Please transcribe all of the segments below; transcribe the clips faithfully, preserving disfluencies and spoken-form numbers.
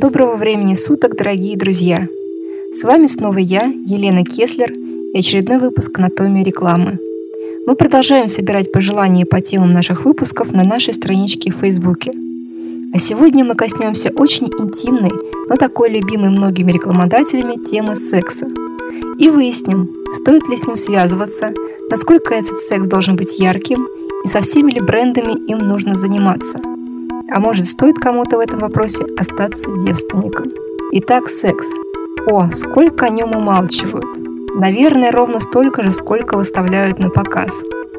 Доброго времени суток, дорогие друзья! С вами снова я, Елена Кеслер, и очередной выпуск «Анатомия рекламы». Мы продолжаем собирать пожелания по темам наших выпусков на нашей страничке в Фейсбуке. А сегодня мы коснемся очень интимной, но такой любимой многими рекламодателями темы секса. И выясним, стоит ли с ним связываться, насколько этот секс должен быть ярким и со всеми ли брендами им нужно заниматься. А может, стоит кому-то в этом вопросе остаться девственником. Итак, секс. О, сколько о нем умалчивают. Наверное, ровно столько же, сколько выставляют на показ.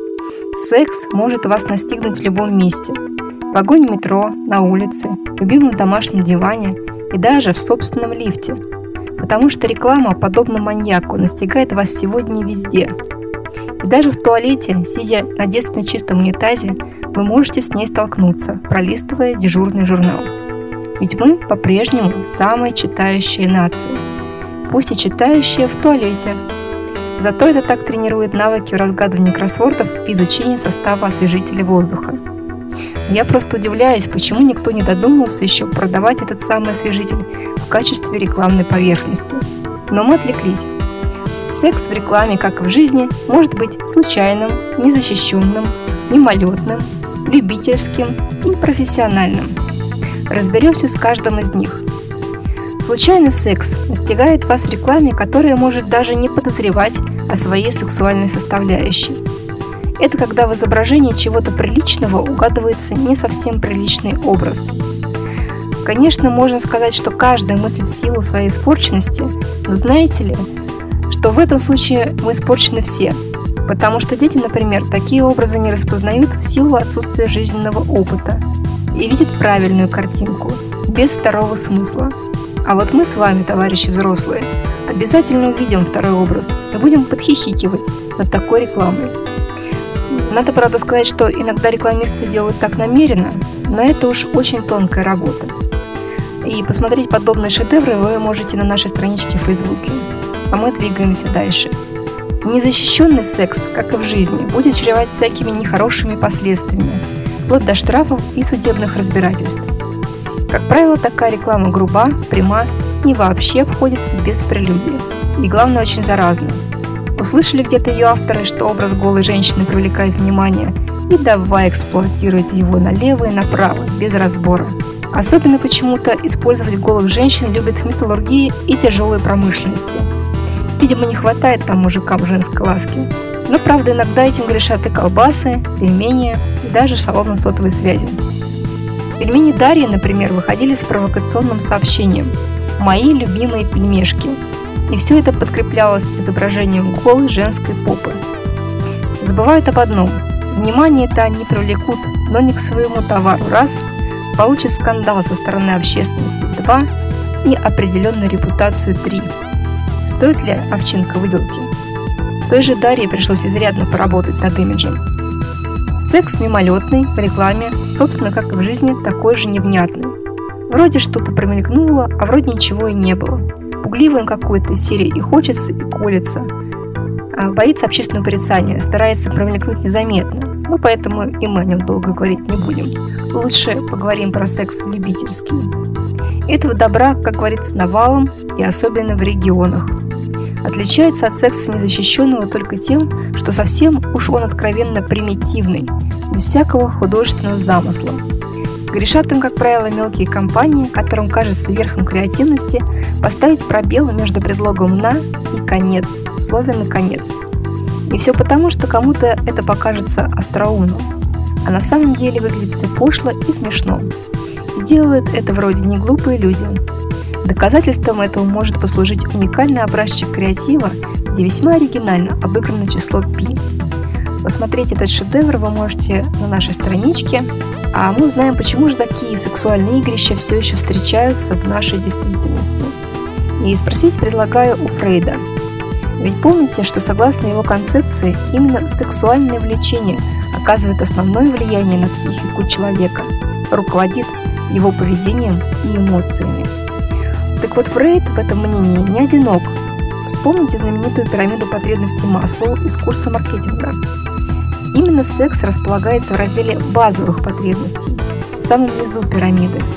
Секс может вас настигнуть в любом месте. В вагоне метро, на улице, в любимом домашнем диване и даже в собственном лифте. Потому что реклама, подобно маньяку, настигает вас сегодня везде. И даже в туалете, сидя на девственно чистом унитазе, вы можете с ней столкнуться, пролистывая дежурный журнал. Ведь мы по-прежнему самые читающие нации. Пусть и читающие в туалете. Зато это так тренирует навыки разгадывания кроссвордов и изучения состава освежителя воздуха. Я просто удивляюсь, почему никто не додумался еще продавать этот самый освежитель в качестве рекламной поверхности. Но мы отвлеклись. Секс в рекламе, как и в жизни, может быть случайным, незащищенным, мимолетным, любительским и профессиональным. Разберемся с каждым из них. Случайный секс настигает вас в рекламе, которая может даже не подозревать о своей сексуальной составляющей. Это когда в изображении чего-то приличного угадывается не совсем приличный образ. Конечно, можно сказать, что каждая мыслит в силу своей испорченности, но знаете ли, что в этом случае мы испорчены все, потому что дети, например, такие образы не распознают в силу отсутствия жизненного опыта и видят правильную картинку, без второго смысла. А вот мы с вами, товарищи взрослые, обязательно увидим второй образ и будем подхихикивать над такой рекламой. Надо, правда, сказать, что иногда рекламисты делают так намеренно, но это уж очень тонкая работа. И посмотреть подобные шедевры вы можете на нашей страничке в Фейсбуке. А мы двигаемся дальше. Незащищенный секс, как и в жизни, будет чревать всякими нехорошими последствиями, вплоть до штрафов и судебных разбирательств. Как правило, такая реклама груба, пряма и вообще обходится без прелюдии. И главное, очень заразна. Услышали где-то ее авторы, что образ голой женщины привлекает внимание, и давай эксплуатировать его налево и направо, без разбора. Особенно почему-то использовать голых женщин любят в металлургии и тяжелой промышленности. Видимо, не хватает там мужикам женской ласки. Но, правда, иногда этим грешат и колбасы, пельмени, и даже салоны сотовой связи. Пельмени Дарьи, например, выходили с провокационным сообщением «Мои любимые пельмешки». И все это подкреплялось изображением голой женской попы. Забывают об одном. Внимание-то они привлекут, но не к своему товару – раз, получат скандал со стороны общественности – два, и определенную репутацию – три. Стоит ли овчинка выделки? Той же Дарье пришлось изрядно поработать над имиджем. Секс мимолетный в рекламе, собственно, как и в жизни, такой же невнятный. Вроде что-то промелькнуло, а вроде ничего и не было. Пугливый он какой-то из серии и хочется, и колется. А боится общественного порицания, старается промелькнуть незаметно. Ну, поэтому и мы о нем долго говорить не будем. Лучше поговорим про секс любительский. Этого добра, как говорится, навалом, и особенно в регионах. Отличается от секса незащищенного только тем, что совсем уж он откровенно примитивный, без всякого художественного замысла. Грешат им, как правило, мелкие компании, которым кажется верхом креативности поставить пробел между предлогом «на» и «конец» в слове «наконец». И все потому, что кому-то это покажется остроумным, а на самом деле выглядит все пошло и смешно. И делают это вроде не глупые люди. Доказательством этого может послужить уникальный образчик креатива, где весьма оригинально обыграно число π. Посмотреть этот шедевр вы можете на нашей страничке, а мы узнаем, почему же такие сексуальные игрища все еще встречаются в нашей действительности. И спросить предлагаю у Фрейда. Ведь помните, что согласно его концепции, именно сексуальное влечение оказывает основное влияние на психику человека, руководит его поведением и эмоциями. Так вот, Фрейд в этом мнении не одинок. Вспомните знаменитую пирамиду потребностей Маслоу из курса маркетинга. Именно секс располагается в разделе базовых потребностей, в самом низу пирамиды.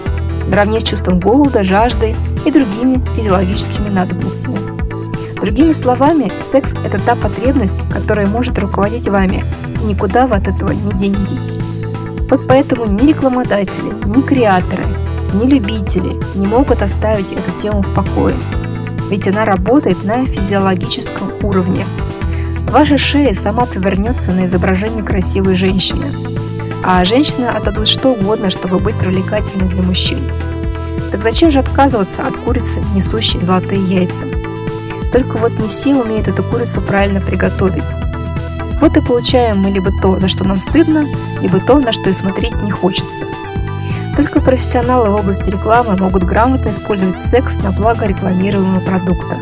наравне с чувством голода, жажды и другими физиологическими надобностями. Другими словами, секс – это та потребность, которая может руководить вами, и никуда вы от этого не денетесь. Вот поэтому ни рекламодатели, ни креаторы, ни любители не могут оставить эту тему в покое, ведь она работает на физиологическом уровне. Ваша шея сама повернется на изображение красивой женщины, а женщины отдадут что угодно, чтобы быть привлекательной для мужчин. Так зачем же отказываться от курицы, несущей золотые яйца? Только вот не все умеют эту курицу правильно приготовить. Вот и получаем мы либо то, за что нам стыдно, либо то, на что и смотреть не хочется. Только профессионалы в области рекламы могут грамотно использовать секс на благо рекламируемого продукта.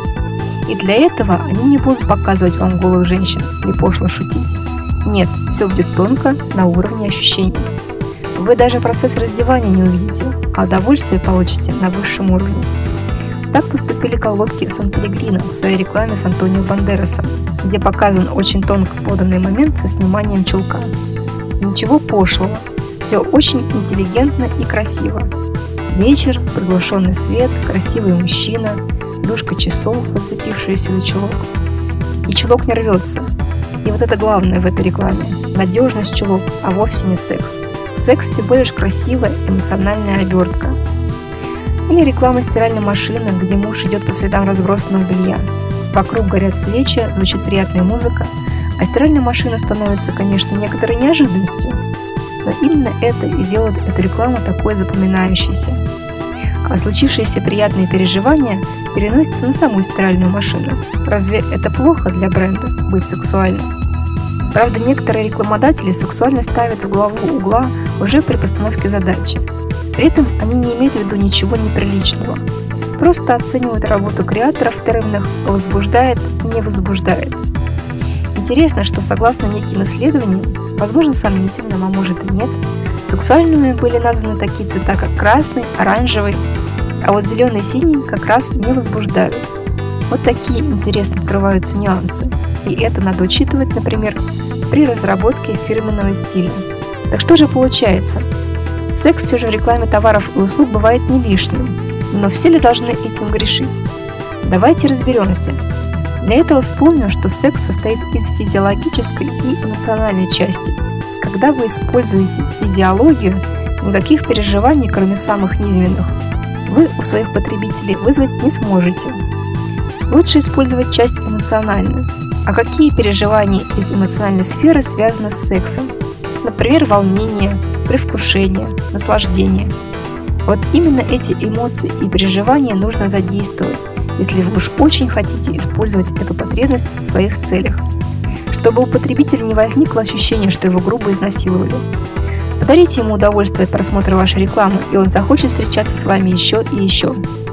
И для этого они не будут показывать вам голых женщин или пошло шутить. Нет, все будет тонко, на уровне ощущений. Вы даже процесс раздевания не увидите, а удовольствие получите на высшем уровне. Так поступили колготки Сан-Пеллегрино в своей рекламе с Антонио Бандерасом, где показан очень тонко поданный момент со сниманием чулка. Ничего пошлого, все очень интеллигентно и красиво. Вечер, приглушенный свет, красивый мужчина, дужка часов, зацепившаяся за чулок. И чулок не рвется. И вот это главное в этой рекламе – надежность чулок, а вовсе не секс. Секс всего лишь красивая эмоциональная обертка. Или реклама стиральной машины, где муж идет по следам разбросанного белья. Вокруг горят свечи, звучит приятная музыка, а стиральная машина становится, конечно, некоторой неожиданностью. Но именно это и делает эту рекламу такой запоминающейся. А случившиеся приятные переживания переносятся на саму стиральную машину. Разве это плохо для бренда – быть сексуальным? Правда, некоторые рекламодатели сексуально ставят в главу угла уже при постановке задачи. При этом они не имеют в виду ничего неприличного. Просто оценивают работу креаторов в терминах «возбуждает», «не возбуждает». Интересно, что согласно неким исследованиям, возможно сомнительным, а может и нет, сексуальными были названы такие цвета, как красный, оранжевый, а вот зеленый и синий как раз не возбуждают. Вот такие интересно открываются нюансы, и это надо учитывать, например, при разработке фирменного стиля. Так что же получается? Секс все же в рекламе товаров и услуг бывает не лишним, но все ли должны этим грешить? Давайте разберемся. Для этого вспомним, что секс состоит из физиологической и эмоциональной части. Когда вы используете физиологию, никаких переживаний, кроме самых низменных, вы у своих потребителей вызвать не сможете. Лучше использовать часть эмоциональную. А какие переживания из эмоциональной сферы связаны с сексом? Например, волнение, предвкушение, наслаждение. Вот именно эти эмоции и переживания нужно задействовать, если вы уж очень хотите использовать эту потребность в своих целях, чтобы у потребителя не возникло ощущения, что его грубо изнасиловали. Подарите ему удовольствие от просмотра вашей рекламы, и он захочет встречаться с вами еще и еще.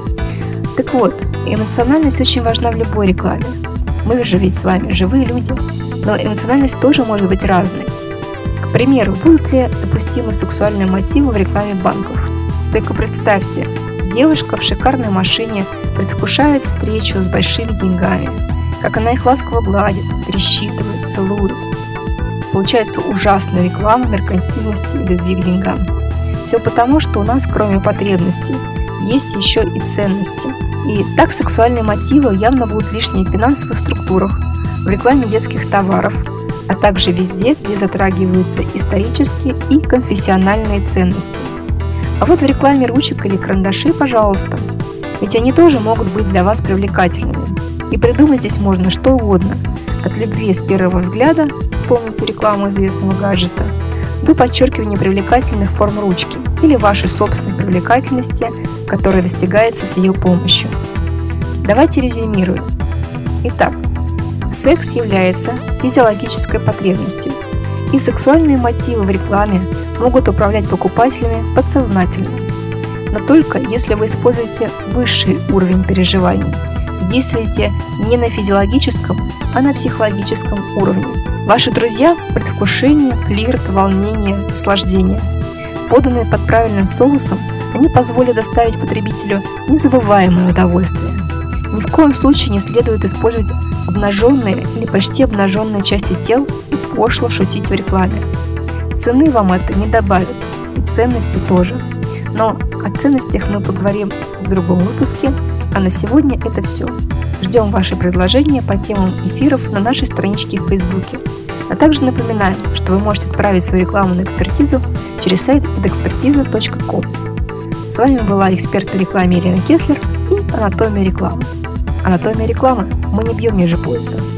Так вот, эмоциональность очень важна в любой рекламе. Мы же ведь с вами живые люди, но эмоциональность тоже может быть разной. К примеру, будут ли допустимы сексуальные мотивы в рекламе банков? Только представьте, девушка в шикарной машине предвкушает встречу с большими деньгами, как она их ласково гладит, пересчитывает, целует. Получается ужасная реклама меркантильности и любви к деньгам. Все потому, что у нас, кроме потребностей, есть еще и ценности. И так сексуальные мотивы явно будут лишние в финансовых структурах, в рекламе детских товаров, а также везде, где затрагиваются исторические и конфессиональные ценности. А вот в рекламе ручек или карандашей, пожалуйста, ведь они тоже могут быть для вас привлекательными. И придумать здесь можно что угодно, от любви с первого взгляда, вспомните рекламу известного гаджета, до подчеркивания привлекательных форм ручки или вашей собственной привлекательности, которая достигается с ее помощью. Давайте резюмируем. Итак, секс является физиологической потребностью, и сексуальные мотивы в рекламе могут управлять покупателями подсознательно, но только если вы используете высший уровень переживаний, действуете не на физиологическом, а на психологическом уровне. Ваши друзья – предвкушение, флирт, волнение, наслаждение. Поданные под правильным соусом, они позволят доставить потребителю незабываемое удовольствие. Ни в коем случае не следует использовать обнаженные или почти обнаженные части тел и пошло шутить в рекламе. Цены вам это не добавит, и ценности тоже. Но о ценностях мы поговорим в другом выпуске, а на сегодня это все. Ждем ваши предложения по темам эфиров на нашей страничке в Фейсбуке. А также напоминаем, что вы можете отправить свою рекламу на экспертизу через сайт эдэкспертиза точка ком. С вами была эксперт по рекламе Елена Кеслер и Анатомия рекламы. Анатомия рекламы. Мы не бьем ниже пояса.